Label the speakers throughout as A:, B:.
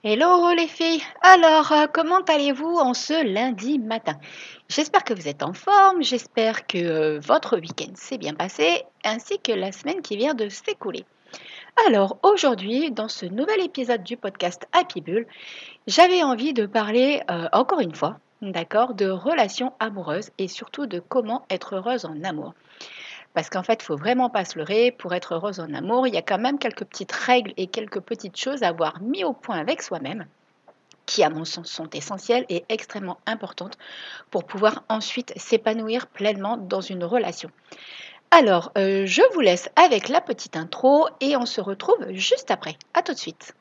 A: Hello les filles, alors comment allez-vous en ce lundi matin? J'espère que vous êtes en forme, j'espère que votre week-end s'est bien passé, ainsi que la semaine qui vient de s'écouler. Alors aujourd'hui, dans ce nouvel épisode du podcast Happy Bull, j'avais envie de parler encore une fois, d'accord, de relations amoureuses et surtout de comment être heureuse en amour. Parce qu'en fait, il faut vraiment pas se leurrer, pour être heureuse en amour, il y a quand même quelques petites règles et quelques petites choses à avoir mis au point avec soi-même qui, à mon sens, sont essentielles et extrêmement importantes pour pouvoir ensuite s'épanouir pleinement dans une relation. Alors, je vous laisse avec la petite intro et on se retrouve juste après. À tout de suite.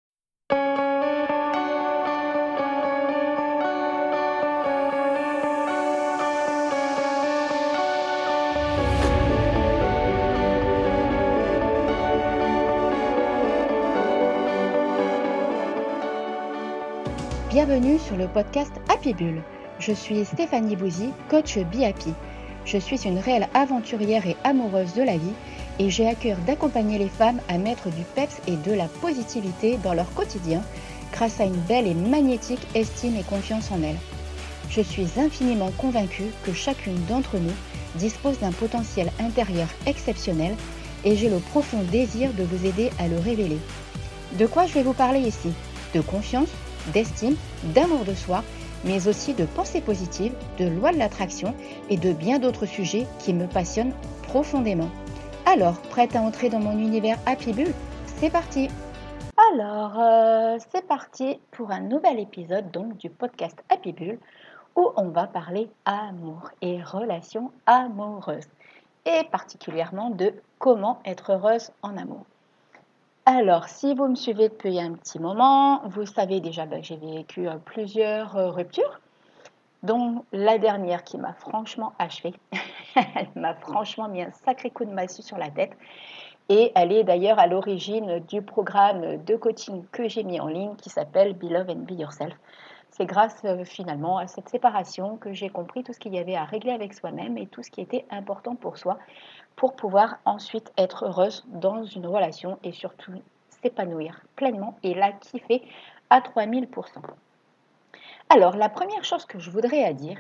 A: Bienvenue sur le podcast Happy Bull. Je suis Stéphanie Bouzy, coach Be Happy. Je suis une réelle aventurière et amoureuse de la vie et j'ai à cœur d'accompagner les femmes à mettre du peps et de la positivité dans leur quotidien grâce à une belle et magnétique estime et confiance en elles. Je suis infiniment convaincue que chacune d'entre nous dispose d'un potentiel intérieur exceptionnel et j'ai le profond désir de vous aider à le révéler. De quoi je vais vous parler ici? De confiance, d'estime, d'amour de soi, mais aussi de pensée positive, de loi de l'attraction et de bien d'autres sujets qui me passionnent profondément. Alors, prête à entrer dans mon univers Happy Bull? C'est parti! Alors, c'est parti pour un nouvel épisode donc du podcast Happy Bull où on va parler amour et relations amoureuses et particulièrement de comment être heureuse en amour. Alors, si vous me suivez depuis un petit moment, vous savez déjà que j'ai vécu plusieurs ruptures, dont la dernière qui m'a franchement achevée. Elle m'a franchement mis un sacré coup de massue sur la tête. Et elle est d'ailleurs à l'origine du programme de coaching que j'ai mis en ligne qui s'appelle Be Love and Be Yourself. C'est grâce finalement à cette séparation que j'ai compris tout ce qu'il y avait à régler avec soi-même et tout ce qui était important pour soi pour pouvoir ensuite être heureuse dans une relation et surtout s'épanouir pleinement et la kiffer à 3000%. Alors, la première chose que je voudrais dire,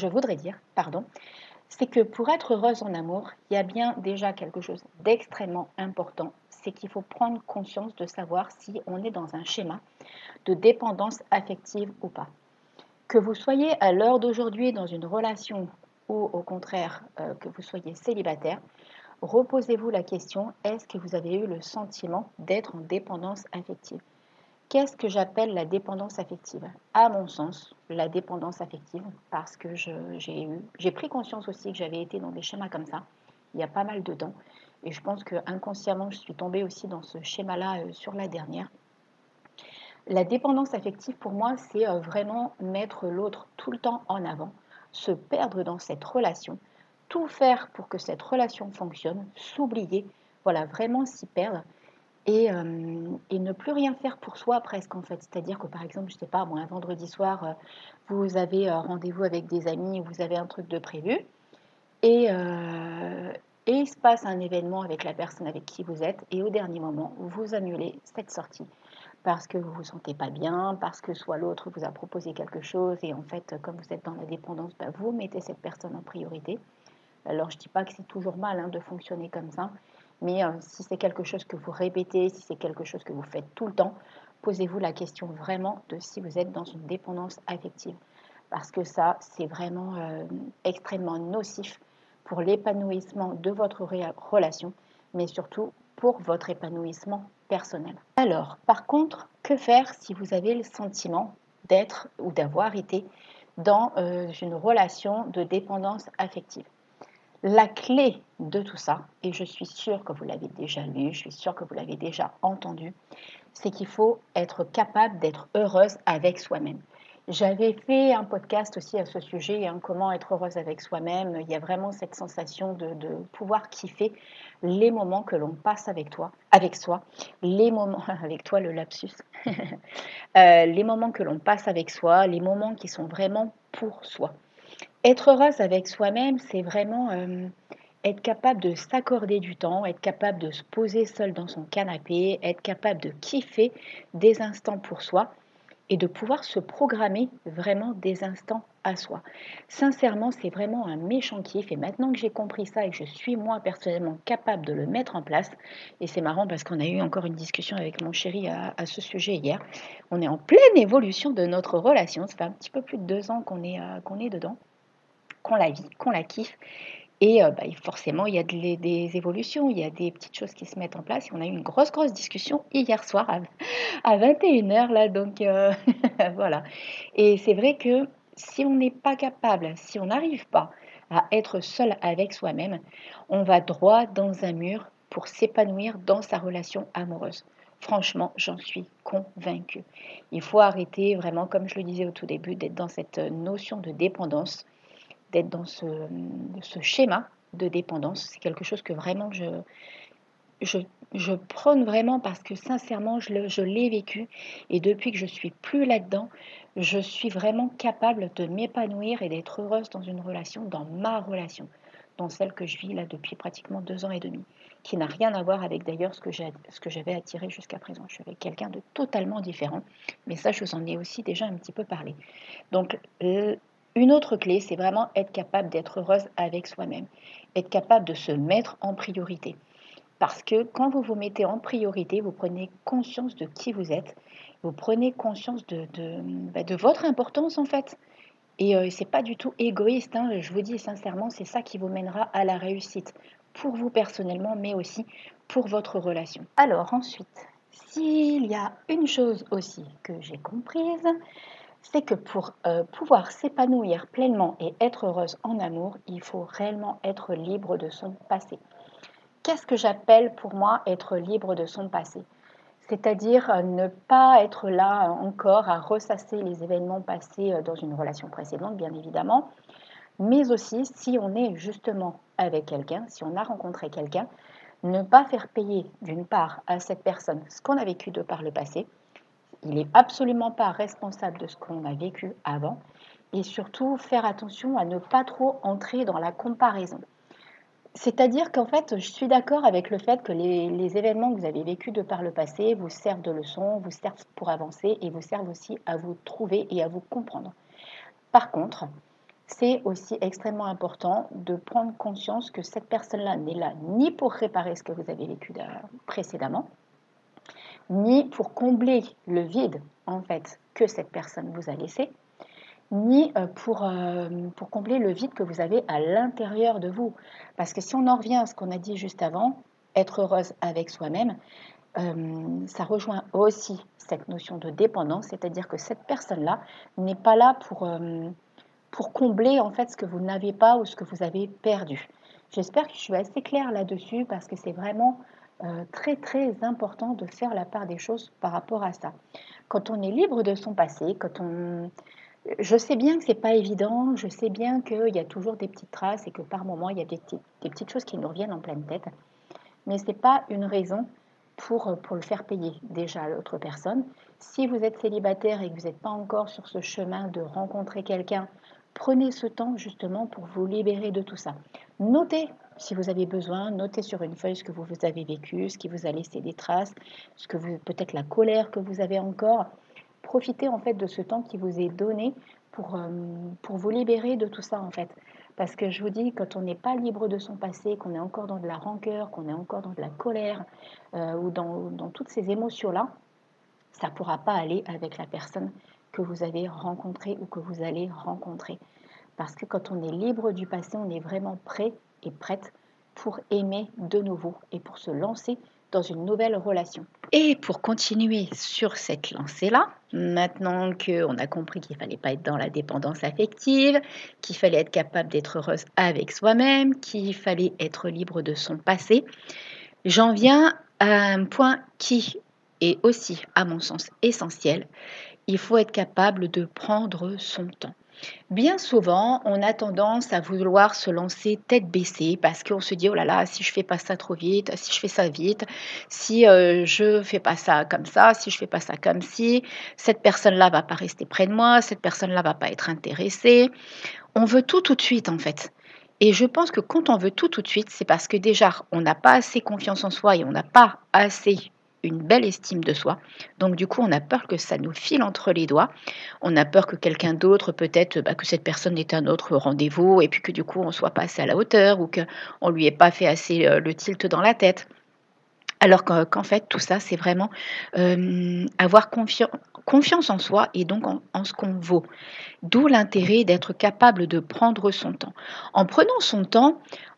A: c'est que pour être heureuse en amour, il y a bien déjà quelque chose d'extrêmement important, c'est qu'il faut prendre conscience de savoir si on est dans un schéma de dépendance affective ou pas. Que vous soyez à l'heure d'aujourd'hui dans une relation ou au contraire que vous soyez célibataire, reposez-vous la question, est-ce que vous avez eu le sentiment d'être en dépendance affective? Qu'est-ce que j'appelle la dépendance affective? À mon sens, la dépendance affective, parce que j'ai pris conscience aussi que j'avais été dans des schémas comme ça, il y a pas mal de temps, et je pense que inconsciemment, je suis tombée aussi dans ce schéma-là sur la dernière. La dépendance affective, pour moi, c'est vraiment mettre l'autre tout le temps en avant, se perdre dans cette relation, tout faire pour que cette relation fonctionne, s'oublier, voilà, vraiment s'y perdre et ne plus rien faire pour soi presque en fait. C'est-à-dire que par exemple, je ne sais pas, moi, un vendredi soir, vous avez rendez-vous avec des amis, vous avez un truc de prévu et, euh, et il se passe un événement avec la personne avec qui vous êtes et au dernier moment, vous annulez cette sortie parce que vous ne vous sentez pas bien, parce que soit l'autre vous a proposé quelque chose et en fait, comme vous êtes dans la dépendance, bah, vous mettez cette personne en priorité. Alors, je ne dis pas que c'est toujours mal de fonctionner comme ça, mais si c'est quelque chose que vous répétez, si c'est quelque chose que vous faites tout le temps, posez-vous la question vraiment de si vous êtes dans une dépendance affective. Parce que ça, c'est vraiment extrêmement nocif pour l'épanouissement de votre relation, mais surtout pour votre épanouissement personnel. Alors, par contre, que faire si vous avez le sentiment d'être ou d'avoir été dans une relation de dépendance affective? La clé de tout ça, et je suis sûre que vous l'avez déjà lu, je suis sûre que vous l'avez déjà entendu, c'est qu'il faut être capable d'être heureuse avec soi-même. J'avais fait un podcast aussi à ce sujet, comment être heureuse avec soi-même. Il y a vraiment cette sensation de pouvoir kiffer les moments que l'on passe avec soi, les moments, avec toi le lapsus, les moments que l'on passe avec soi, les moments qui sont vraiment pour soi. Être heureuse avec soi-même, c'est vraiment être capable de s'accorder du temps, être capable de se poser seul dans son canapé, être capable de kiffer des instants pour soi et de pouvoir se programmer vraiment des instants à soi. Sincèrement, c'est vraiment un méchant kiff et maintenant que j'ai compris ça et que je suis moi personnellement capable de le mettre en place, et c'est marrant parce qu'on a eu encore une discussion avec mon chéri à ce sujet hier, on est en pleine évolution de notre relation, ça fait un petit peu plus de 2 ans qu'on est dedans, qu'on la vit, qu'on la kiffe. Et forcément, il y a des évolutions, il y a des petites choses qui se mettent en place. Et on a eu une grosse, grosse discussion hier soir à 21h, là, donc voilà. Et c'est vrai que si on n'est pas capable, si on n'arrive pas à être seul avec soi-même, on va droit dans un mur pour s'épanouir dans sa relation amoureuse. Franchement, j'en suis convaincue. Il faut arrêter vraiment, comme je le disais au tout début, d'être dans cette notion de dépendance, d'être dans ce schéma de dépendance. C'est quelque chose que vraiment je, je prône vraiment parce que sincèrement, je l'ai vécu et depuis que je suis plus là-dedans, je suis vraiment capable de m'épanouir et d'être heureuse dans une relation, dans ma relation, dans celle que je vis là depuis pratiquement 2 ans et demi, qui n'a rien à voir avec d'ailleurs ce que j'avais attiré jusqu'à présent. Je suis avec quelqu'un de totalement différent, mais ça, je vous en ai aussi déjà un petit peu parlé. Donc, une autre clé, c'est vraiment être capable d'être heureuse avec soi-même, être capable de se mettre en priorité. Parce que quand vous vous mettez en priorité, vous prenez conscience de qui vous êtes, vous prenez conscience de votre importance en fait. Et c'est pas du tout égoïste, hein, je vous dis sincèrement, c'est ça qui vous mènera à la réussite, pour vous personnellement, mais aussi pour votre relation. Alors ensuite, s'il y a une chose aussi que j'ai comprise, c'est que pour pouvoir s'épanouir pleinement et être heureuse en amour, il faut réellement être libre de son passé. Qu'est-ce que j'appelle pour moi être libre de son passé? C'est-à-dire ne pas être là encore à ressasser les événements passés dans une relation précédente, bien évidemment, mais aussi si on est justement avec quelqu'un, si on a rencontré quelqu'un, ne pas faire payer d'une part à cette personne ce qu'on a vécu de par le passé. Il n'est absolument pas responsable de ce qu'on a vécu avant et surtout faire attention à ne pas trop entrer dans la comparaison. C'est-à-dire qu'en fait, je suis d'accord avec le fait que les événements que vous avez vécus de par le passé vous servent de leçon, vous servent pour avancer et vous servent aussi à vous trouver et à vous comprendre. Par contre, c'est aussi extrêmement important de prendre conscience que cette personne-là n'est là ni pour réparer ce que vous avez vécu précédemment, ni pour combler le vide en fait que cette personne vous a laissé, ni pour combler le vide que vous avez à l'intérieur de vous. Parce que si on en revient à ce qu'on a dit juste avant, être heureuse avec soi-même, ça rejoint aussi cette notion de dépendance, c'est-à-dire que cette personne-là n'est pas là pour combler en fait ce que vous n'avez pas ou ce que vous avez perdu. J'espère que je suis assez claire là-dessus parce que c'est vraiment très très important de faire la part des choses par rapport à ça. Quand on est libre de son passé, je sais bien que c'est pas évident, je sais bien qu'il y a toujours des petites traces et que par moments il y a des petites choses qui nous reviennent en pleine tête, mais ce n'est pas une raison pour le faire payer déjà à l'autre personne. Si vous êtes célibataire et que vous n'êtes pas encore sur ce chemin de rencontrer quelqu'un, prenez ce temps justement pour vous libérer de tout ça. Notez si vous avez besoin, notez sur une feuille ce que vous avez vécu, ce qui vous a laissé des traces, peut-être la colère que vous avez encore. Profitez en fait de ce temps qui vous est donné pour vous libérer de tout ça en fait. Parce que je vous dis, quand on n'est pas libre de son passé, qu'on est encore dans de la rancœur, qu'on est encore dans de la colère ou dans toutes ces émotions-là, ça ne pourra pas aller avec la personne que vous avez rencontrée ou que vous allez rencontrer. Parce que quand on est libre du passé, on est vraiment prêt et prête pour aimer de nouveau et pour se lancer dans une nouvelle relation. Et pour continuer sur cette lancée-là, maintenant qu'on a compris qu'il ne fallait pas être dans la dépendance affective, qu'il fallait être capable d'être heureuse avec soi-même, qu'il fallait être libre de son passé, j'en viens à un point qui est aussi, à mon sens, essentiel. Il faut être capable de prendre son temps. Bien souvent, on a tendance à vouloir se lancer tête baissée parce qu'on se dit oh là là, si je fais pas ça trop vite, si je fais ça vite, si je fais pas ça comme ça, si je fais pas ça comme si, cette personne-là va pas rester près de moi, cette personne-là va pas être intéressée. On veut tout de suite en fait. Et je pense que quand on veut tout de suite, c'est parce que déjà, on n'a pas assez confiance en soi et on n'a pas assez une belle estime de soi. Donc du coup, on a peur que ça nous file entre les doigts. On a peur que quelqu'un d'autre, peut-être, que cette personne ait un autre rendez-vous et puis que du coup, on ne soit pas assez à la hauteur ou qu'on ne lui ait pas fait assez le tilt dans la tête. Alors qu'en fait, tout ça, c'est vraiment avoir confiance en soi et donc en ce qu'on vaut. D'où l'intérêt d'être capable de prendre son temps. En prenant son temps,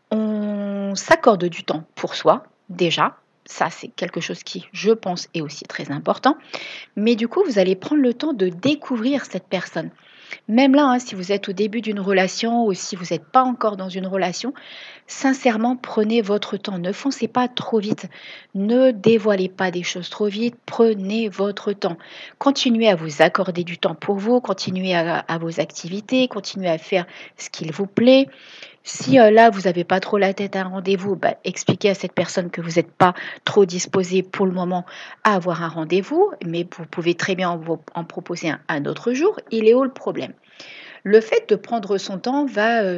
A: on s'accorde du temps pour soi, déjà. Ça, c'est quelque chose qui, je pense, est aussi très important. Mais du coup, vous allez prendre le temps de découvrir cette personne. Même là, si vous êtes au début d'une relation ou si vous n'êtes pas encore dans une relation, sincèrement, prenez votre temps. Ne foncez pas trop vite. Ne dévoilez pas des choses trop vite. Prenez votre temps. Continuez à vous accorder du temps pour vous. Continuez à vos activités. Continuez à faire ce qu'il vous plaît. Si là, vous n'avez pas trop la tête à un rendez-vous, expliquez à cette personne que vous n'êtes pas trop disposé pour le moment à avoir un rendez-vous, mais vous pouvez très bien en proposer un autre jour. Il est où le problème? Le fait de prendre son temps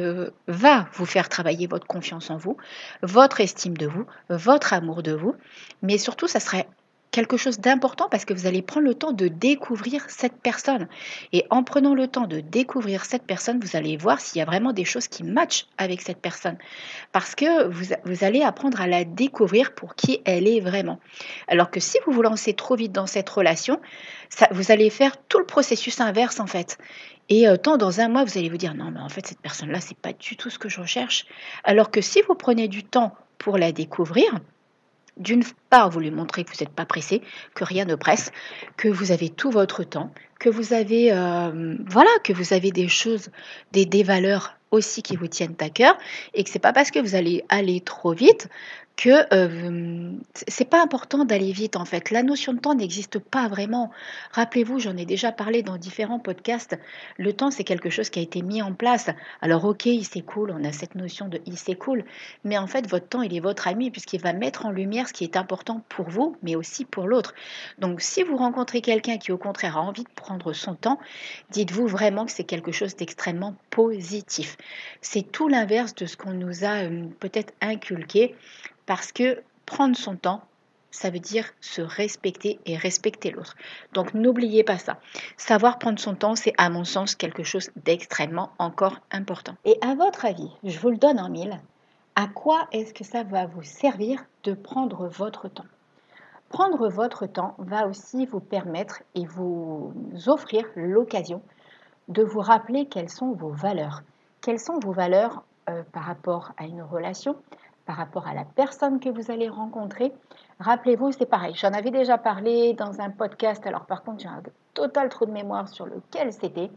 A: va vous faire travailler votre confiance en vous, votre estime de vous, votre amour de vous, mais surtout, ça serait quelque chose d'important parce que vous allez prendre le temps de découvrir cette personne. Et en prenant le temps de découvrir cette personne, vous allez voir s'il y a vraiment des choses qui matchent avec cette personne. Parce que vous allez apprendre à la découvrir pour qui elle est vraiment. Alors que si vous vous lancez trop vite dans cette relation, vous allez faire tout le processus inverse en fait. Et tant dans un mois, vous allez vous dire non, mais en fait, cette personne-là, c'est pas du tout ce que je recherche. Alors que si vous prenez du temps pour la découvrir, d'une part, vous lui montrez que vous n'êtes pas pressé, que rien ne presse, que vous avez tout votre temps, que vous avez, que vous avez des choses, des valeurs aussi qui vous tiennent à cœur, et que c'est pas parce que vous allez aller trop vite que c'est pas important d'aller vite en fait. La notion de temps n'existe pas vraiment. Rappelez-vous, j'en ai déjà parlé dans différents podcasts. Le temps, c'est quelque chose qui a été mis en place. Alors ok, il s'écoule, on a cette notion de il s'écoule, mais en fait, votre temps, il est votre ami puisqu'il va mettre en lumière ce qui est important pour vous, mais aussi pour l'autre. Donc, si vous rencontrez quelqu'un qui, au contraire, a envie de prendre son temps, dites-vous vraiment que c'est quelque chose d'extrêmement positif. C'est tout l'inverse de ce qu'on nous a peut-être inculqué parce que prendre son temps, ça veut dire se respecter et respecter l'autre. Donc n'oubliez pas ça. Savoir prendre son temps, c'est à mon sens quelque chose d'extrêmement encore important. Et à votre avis, je vous le donne en mille, à quoi est-ce que ça va vous servir de prendre votre temps? Prendre votre temps va aussi vous permettre et vous offrir l'occasion de vous rappeler quelles sont vos valeurs. Quelles sont vos valeurs par rapport à une relation, par rapport à la personne que vous allez rencontrer. Rappelez-vous, c'est pareil, j'en avais déjà parlé dans un podcast, alors par contre j'ai un total trou de mémoire sur lequel c'était.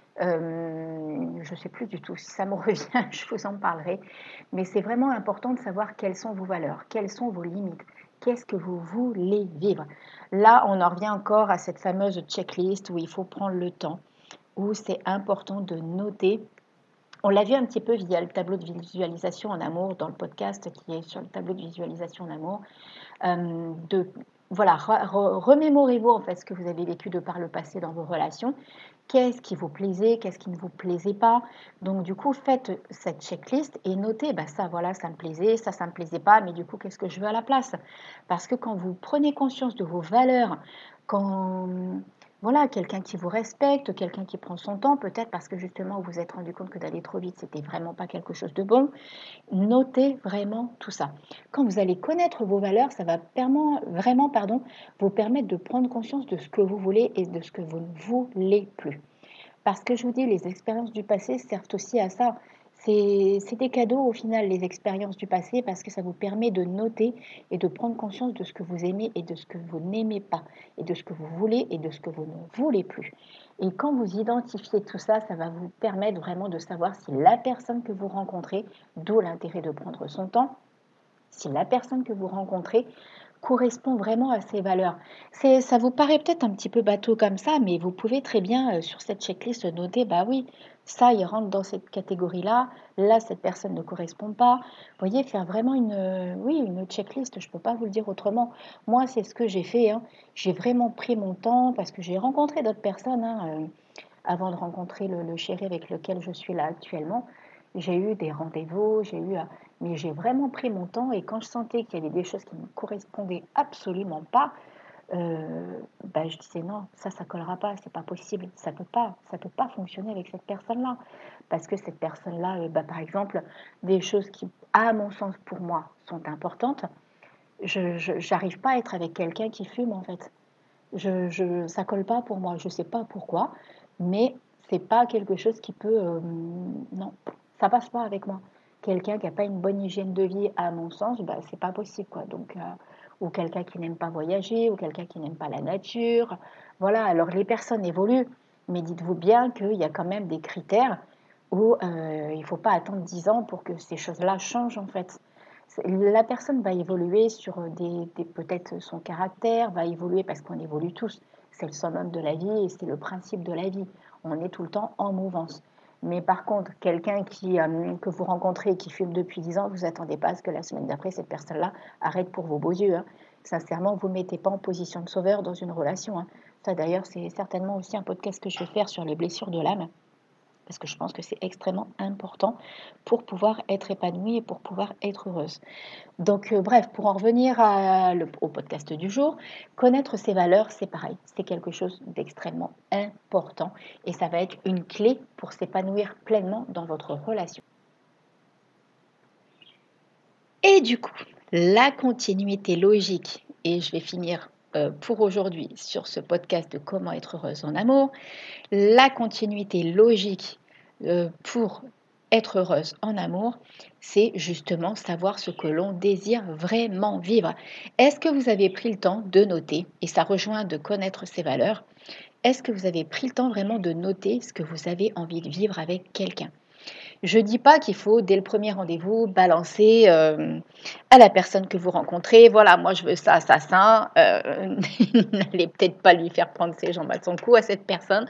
A: Je ne sais plus du tout, si ça me revient, je vous en parlerai. Mais c'est vraiment important de savoir quelles sont vos valeurs, quelles sont vos limites, qu'est-ce que vous voulez vivre. Là, on en revient encore à cette fameuse checklist où il faut prendre le temps, où c'est important de noter. On l'a vu un petit peu via le tableau de visualisation en amour dans le podcast qui est sur le tableau de visualisation en amour. Voilà, remémorez-vous en fait ce que vous avez vécu de par le passé dans vos relations. Qu'est-ce qui vous plaisait, qu'est-ce qui ne vous plaisait pas. Donc du coup, faites cette checklist et notez, ça voilà, ça me plaisait, ça me plaisait pas, mais du coup, qu'est-ce que je veux à la place? Parce que quand vous prenez conscience de vos valeurs, quand voilà, quelqu'un qui vous respecte, quelqu'un qui prend son temps, peut-être parce que justement vous vous êtes rendu compte que d'aller trop vite, c'était vraiment pas quelque chose de bon. Notez vraiment tout ça. Quand vous allez connaître vos valeurs, ça va vraiment vous permettre de prendre conscience de ce que vous voulez et de ce que vous ne voulez plus. Parce que je vous dis, les expériences du passé servent aussi à ça. C'est des cadeaux au final, les expériences du passé, parce que ça vous permet de noter et de prendre conscience de ce que vous aimez et de ce que vous n'aimez pas, et de ce que vous voulez et de ce que vous ne voulez plus. Et quand vous identifiez tout ça, ça va vous permettre vraiment de savoir si la personne que vous rencontrez, d'où l'intérêt de prendre son temps, si la personne que vous rencontrez correspond vraiment à ces valeurs. Ça vous paraît peut-être un petit peu bateau comme ça, mais vous pouvez très bien sur cette checklist noter, bah oui, ça, il rentre dans cette catégorie-là, là, cette personne ne correspond pas. Vous voyez, faire vraiment une checklist, je ne peux pas vous le dire autrement. Moi, c'est ce que j'ai fait, hein. J'ai vraiment pris mon temps parce que j'ai rencontré d'autres personnes avant de rencontrer le chéri avec lequel je suis là actuellement. J'ai eu des rendez-vous, mais j'ai vraiment pris mon temps et quand je sentais qu'il y avait des choses qui ne me correspondaient absolument pas, je disais non, ça collera pas, c'est pas possible, ça peut pas fonctionner avec cette personne-là. Parce que cette personne-là, par exemple, des choses qui, à mon sens, pour moi, sont importantes, j'arrive pas à être avec quelqu'un qui fume en fait. Ça colle pas pour moi. Je sais pas pourquoi, mais c'est pas quelque chose qui peut. Non, ça passe pas avec moi. Quelqu'un qui a pas une bonne hygiène de vie, à mon sens, c'est pas possible quoi. Donc, ou quelqu'un qui n'aime pas voyager, ou quelqu'un qui n'aime pas la nature. Voilà. Alors les personnes évoluent, mais dites-vous bien qu'il y a quand même des critères où il faut pas attendre 10 ans pour que ces choses-là changent en fait. La personne va évoluer sur peut-être son caractère, va évoluer parce qu'on évolue tous. C'est le summum de la vie et c'est le principe de la vie. On est tout le temps en mouvance. Mais par contre, quelqu'un que vous rencontrez et qui fume depuis 10 ans, vous attendez pas à ce que la semaine d'après, cette personne-là arrête pour vos beaux yeux. Hein. Sincèrement, vous ne mettez pas en position de sauveur dans une relation. Hein. Ça, d'ailleurs, c'est certainement aussi un podcast que je vais faire sur les blessures de l'âme parce que je pense que c'est extrêmement important pour pouvoir être épanouie et pour pouvoir être heureuse. Donc, bref, pour en revenir au podcast du jour, connaître ses valeurs, c'est pareil, c'est quelque chose d'extrêmement important et ça va être une clé pour s'épanouir pleinement dans votre relation. Et du coup, la continuité logique, et je vais finir pour aujourd'hui sur ce podcast de comment être heureuse en amour, la continuité logique pour être heureuse en amour, c'est justement savoir ce que l'on désire vraiment vivre. Est-ce que vous avez pris le temps de noter, et ça rejoint de connaître ses valeurs, est-ce que vous avez pris le temps vraiment de noter ce que vous avez envie de vivre avec quelqu'un ? Je ne dis pas qu'il faut, dès le premier rendez-vous, balancer à la personne que vous rencontrez, voilà, moi je veux ça, ça, ça. N'allez peut-être pas lui faire prendre ses jambes à son cou à cette personne,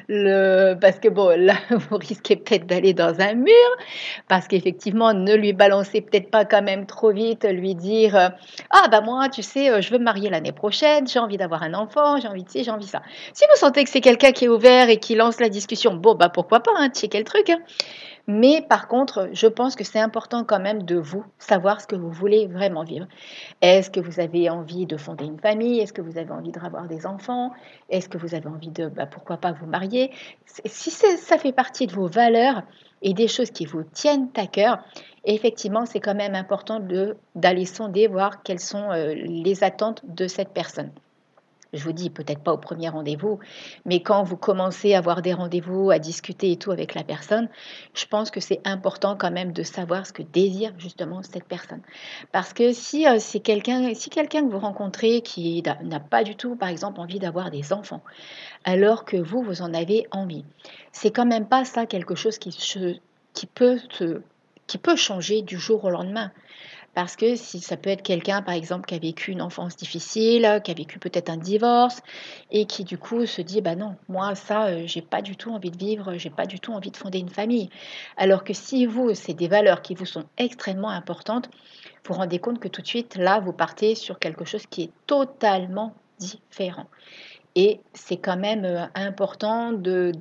A: parce que bon, là, vous risquez peut-être d'aller dans un mur, parce qu'effectivement, ne lui balancez peut-être pas quand même trop vite, lui dire ah bah moi, tu sais, je veux me marier l'année prochaine, j'ai envie d'avoir un enfant, j'ai envie de ci, j'ai envie de ça. Si vous sentez que c'est quelqu'un qui est ouvert et qui lance la discussion, bon, bah pourquoi pas, hein, checker le truc, hein. Mais par contre, je pense que c'est important quand même de vous savoir ce que vous voulez vraiment vivre. Est-ce que vous avez envie de fonder une famille? Est-ce que vous avez envie de avoir des enfants? Est-ce que vous avez envie de, pourquoi pas, vous marier? Si ça fait partie de vos valeurs et des choses qui vous tiennent à cœur, effectivement, c'est quand même important d'aller sonder, voir quelles sont les attentes de cette personne. Je vous dis, peut-être pas au premier rendez-vous, mais quand vous commencez à avoir des rendez-vous, à discuter et tout avec la personne, je pense que c'est important quand même de savoir ce que désire justement cette personne. Parce que si si quelqu'un que vous rencontrez qui n'a pas du tout, par exemple, envie d'avoir des enfants, alors que vous en avez envie, c'est quand même pas ça quelque chose qui peut qui peut changer du jour au lendemain. Parce que si ça peut être quelqu'un, par exemple, qui a vécu une enfance difficile, qui a vécu peut-être un divorce et qui du coup se dit bah non, moi ça, j'ai pas du tout envie de vivre, j'ai pas du tout envie de fonder une famille. Alors que si vous, c'est des valeurs qui vous sont extrêmement importantes, vous vous rendez compte que tout de suite là, vous partez sur quelque chose qui est totalement différent. Et c'est quand même important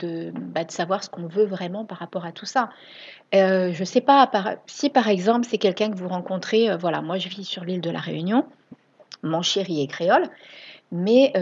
A: de savoir ce qu'on veut vraiment par rapport à tout ça. Je ne sais pas, si par exemple c'est quelqu'un que vous rencontrez, voilà, moi je vis sur l'île de la Réunion, mon chéri est créole, mais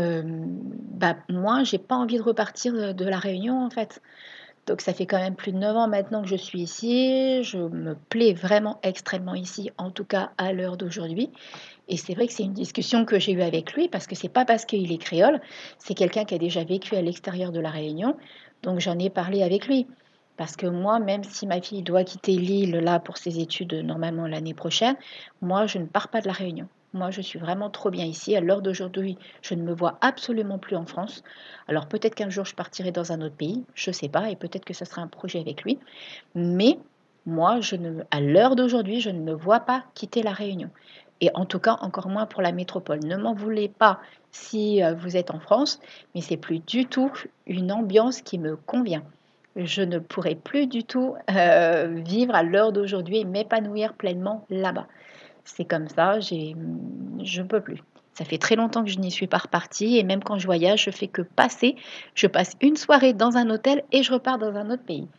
A: moi j'ai pas envie de repartir de la Réunion en fait. Donc ça fait quand même plus de 9 ans maintenant que je suis ici, je me plais vraiment extrêmement ici, en tout cas à l'heure d'aujourd'hui. Et c'est vrai que c'est une discussion que j'ai eue avec lui parce que c'est pas parce qu'il est créole, c'est quelqu'un qui a déjà vécu à l'extérieur de la Réunion, donc j'en ai parlé avec lui. Parce que moi, même si ma fille doit quitter l'île là pour ses études normalement l'année prochaine, moi je ne pars pas de la Réunion. Moi, je suis vraiment trop bien ici. À l'heure d'aujourd'hui, je ne me vois absolument plus en France. Alors peut-être qu'un jour je partirai dans un autre pays, je ne sais pas, et peut-être que ce sera un projet avec lui. Mais moi, à l'heure d'aujourd'hui, je ne me vois pas quitter la Réunion. Et en tout cas, encore moins pour la métropole. Ne m'en voulez pas si vous êtes en France, mais c'est plus du tout une ambiance qui me convient. Je ne pourrais plus du tout vivre à l'heure d'aujourd'hui et m'épanouir pleinement là-bas. C'est comme ça, je ne peux plus. Ça fait très longtemps que je n'y suis pas repartie et même quand je voyage, je fais que passer. Je passe une soirée dans un hôtel et je repars dans un autre pays.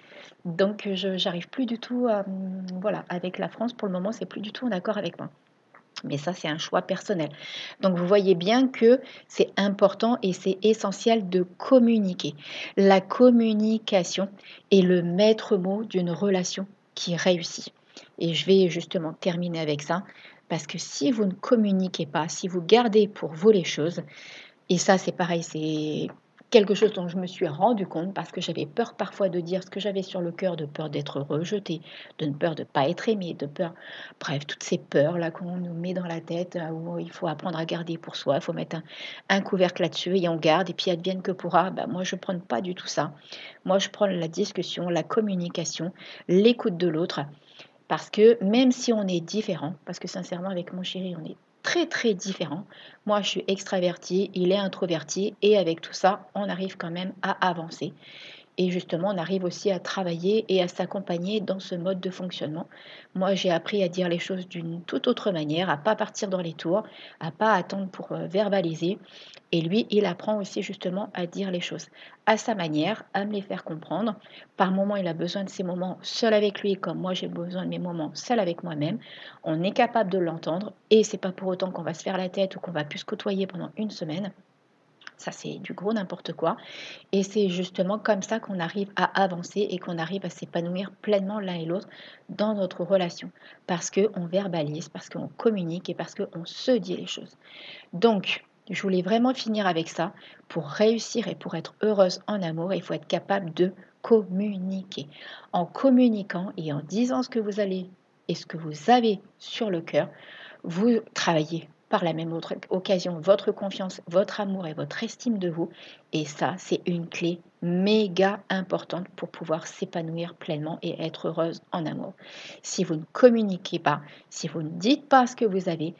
A: Donc, j'arrive plus du tout à, voilà, avec la France, pour le moment, c'est plus du tout en accord avec moi. Mais ça, c'est un choix personnel. Donc, vous voyez bien que c'est important et c'est essentiel de communiquer. La communication est le maître mot d'une relation qui réussit. Et je vais justement terminer avec ça, parce que si vous ne communiquez pas, si vous gardez pour vous les choses, et ça, c'est pareil, c'est quelque chose dont je me suis rendu compte parce que j'avais peur parfois de dire ce que j'avais sur le cœur, de peur d'être rejetée, de peur de ne pas être aimée, de peur, bref, toutes ces peurs-là qu'on nous met dans la tête, où il faut apprendre à garder pour soi, il faut mettre un couvercle là-dessus et on garde, et puis advienne que pourra. Ben, moi, je ne prends pas du tout ça. Moi, je prends la discussion, la communication, l'écoute de l'autre. Parce que même si on est différent, parce que sincèrement avec mon chéri, on est très très différents. Moi, je suis extravertie, il est introverti, et avec tout ça, on arrive quand même à avancer. Et justement, on arrive aussi à travailler et à s'accompagner dans ce mode de fonctionnement. Moi, j'ai appris à dire les choses d'une toute autre manière, à pas partir dans les tours, à pas attendre pour verbaliser. Et lui, il apprend aussi justement à dire les choses à sa manière, à me les faire comprendre. Par moments, il a besoin de ses moments seul avec lui, comme moi j'ai besoin de mes moments seul avec moi-même. On est capable de l'entendre, et c'est pas pour autant qu'on va se faire la tête ou qu'on va plus se côtoyer pendant une semaine. Ça, c'est du gros n'importe quoi. Et c'est justement comme ça qu'on arrive à avancer et qu'on arrive à s'épanouir pleinement l'un et l'autre dans notre relation. Parce qu'on verbalise, parce qu'on communique et parce qu'on se dit les choses. Donc, je voulais vraiment finir avec ça. Pour réussir et pour être heureuse en amour, il faut être capable de communiquer. En communiquant et en disant ce que vous allez et ce que vous avez sur le cœur, vous travaillez par la même occasion votre confiance, votre amour et votre estime de vous. Et ça, c'est une clé méga importante pour pouvoir s'épanouir pleinement et être heureuse en amour. Si vous ne communiquez pas, si vous ne dites pas ce que vous avez,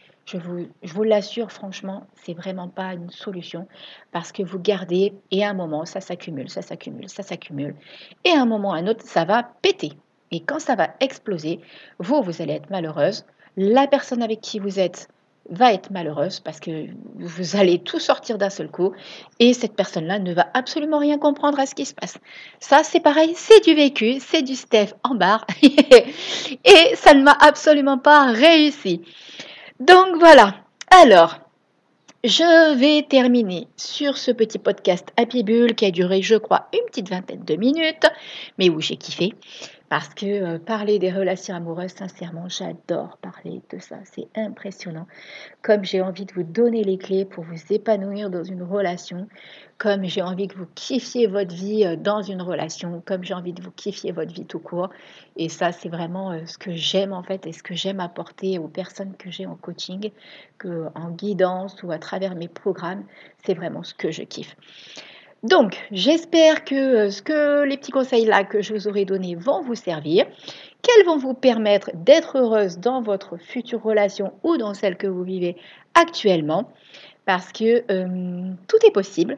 A: je vous l'assure, franchement, c'est vraiment pas une solution, parce que vous gardez et à un moment, ça s'accumule, ça s'accumule, ça s'accumule. Et à un moment, à un autre, ça va péter. Et quand ça va exploser, vous allez être malheureuse. La personne avec qui vous êtes va être malheureuse parce que vous allez tout sortir d'un seul coup, et cette personne-là ne va absolument rien comprendre à ce qui se passe. Ça, c'est pareil, c'est du vécu, c'est du Steph en barre et ça ne m'a absolument pas réussi. Donc voilà. Alors, je vais terminer sur ce petit podcast Happy Bull qui a duré, je crois, une petite vingtaine de minutes, mais où j'ai kiffé. Parce que parler des relations amoureuses, sincèrement, j'adore parler de ça. C'est impressionnant. Comme j'ai envie de vous donner les clés pour vous épanouir dans une relation, comme j'ai envie que vous kiffiez votre vie dans une relation, comme j'ai envie de vous kiffier votre vie tout court. Et ça, c'est vraiment ce que j'aime en fait, et ce que j'aime apporter aux personnes que j'ai en coaching, en guidance ou à travers mes programmes. C'est vraiment ce que je kiffe. Donc, j'espère que les petits conseils là que je vous aurai donnés vont vous servir, qu'elles vont vous permettre d'être heureuse dans votre future relation ou dans celle que vous vivez actuellement, parce que tout est possible.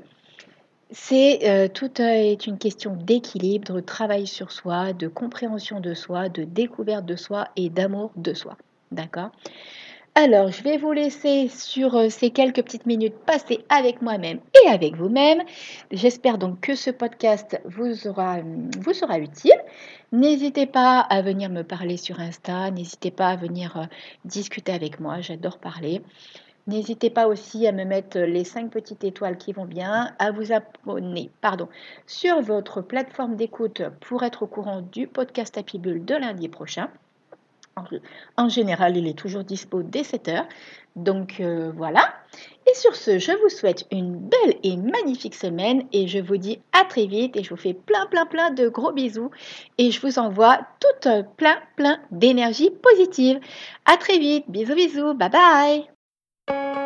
A: Tout est une question d'équilibre, de travail sur soi, de compréhension de soi, de découverte de soi et d'amour de soi. D'accord ? Alors, je vais vous laisser sur ces quelques petites minutes passées avec moi-même et avec vous-même. J'espère donc que ce podcast vous sera utile. N'hésitez pas à venir me parler sur Insta, n'hésitez pas à venir discuter avec moi, j'adore parler. N'hésitez pas aussi à me mettre les 5 petites étoiles qui vont bien, à vous abonner sur votre plateforme d'écoute pour être au courant du podcast Happy Bull de lundi prochain. En général, il est toujours dispo dès 7h. Donc voilà. Et sur ce, je vous souhaite une belle et magnifique semaine et je vous dis à très vite et je vous fais plein de gros bisous et je vous envoie tout plein d'énergie positive. À très vite. Bisous, bye bye.